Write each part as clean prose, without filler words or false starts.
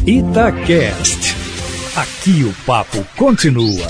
Itacast. Aqui o papo continua.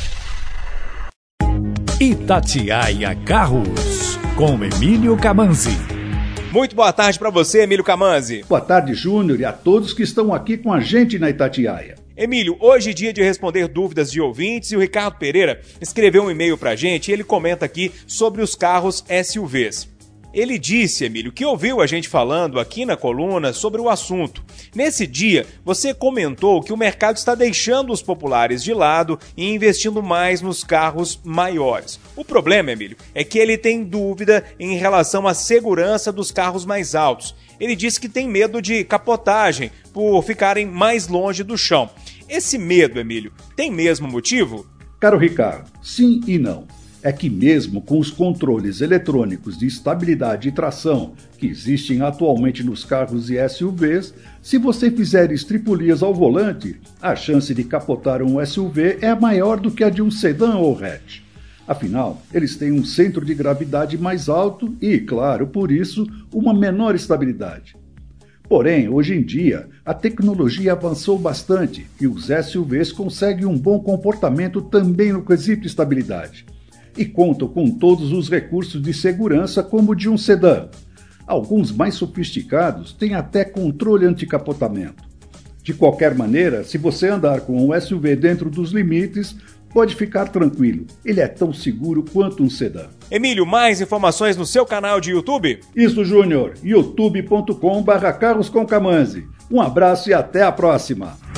Itatiaia Carros, com Emílio Camanzi. Muito boa tarde para você, Emílio Camanzi. Boa tarde, Júnior, e a todos que estão aqui com a gente na Itatiaia. Emílio, hoje é dia de responder dúvidas de ouvintes e o Ricardo Pereira escreveu um e-mail pra gente e ele comenta aqui sobre os carros SUVs. Ele disse, Emílio, que ouviu a gente falando aqui na coluna sobre o assunto. Nesse dia, você comentou que o mercado está deixando os populares de lado e investindo mais nos carros maiores. O problema, Emílio, é que ele tem dúvida em relação à segurança dos carros mais altos. Ele disse que tem medo de capotagem por ficarem mais longe do chão. Esse medo, Emílio, tem mesmo motivo? Caro Ricardo, sim e não. É que mesmo com os controles eletrônicos de estabilidade e tração que existem atualmente nos carros e SUVs, se você fizer estripulias ao volante, a chance de capotar um SUV é maior do que a de um sedã ou hatch. Afinal, eles têm um centro de gravidade mais alto e, claro, por isso, uma menor estabilidade. Porém, hoje em dia, a tecnologia avançou bastante e os SUVs conseguem um bom comportamento também no quesito estabilidade. E contam com todos os recursos de segurança como o de um sedã. Alguns mais sofisticados têm até controle anticapotamento. De qualquer maneira, se você andar com um SUV dentro dos limites, pode ficar tranquilo, ele é tão seguro quanto um sedã. Emílio, mais informações no seu canal de YouTube? Isso, Júnior, youtube.com/carroscomcamanzi. Um abraço e até a próxima!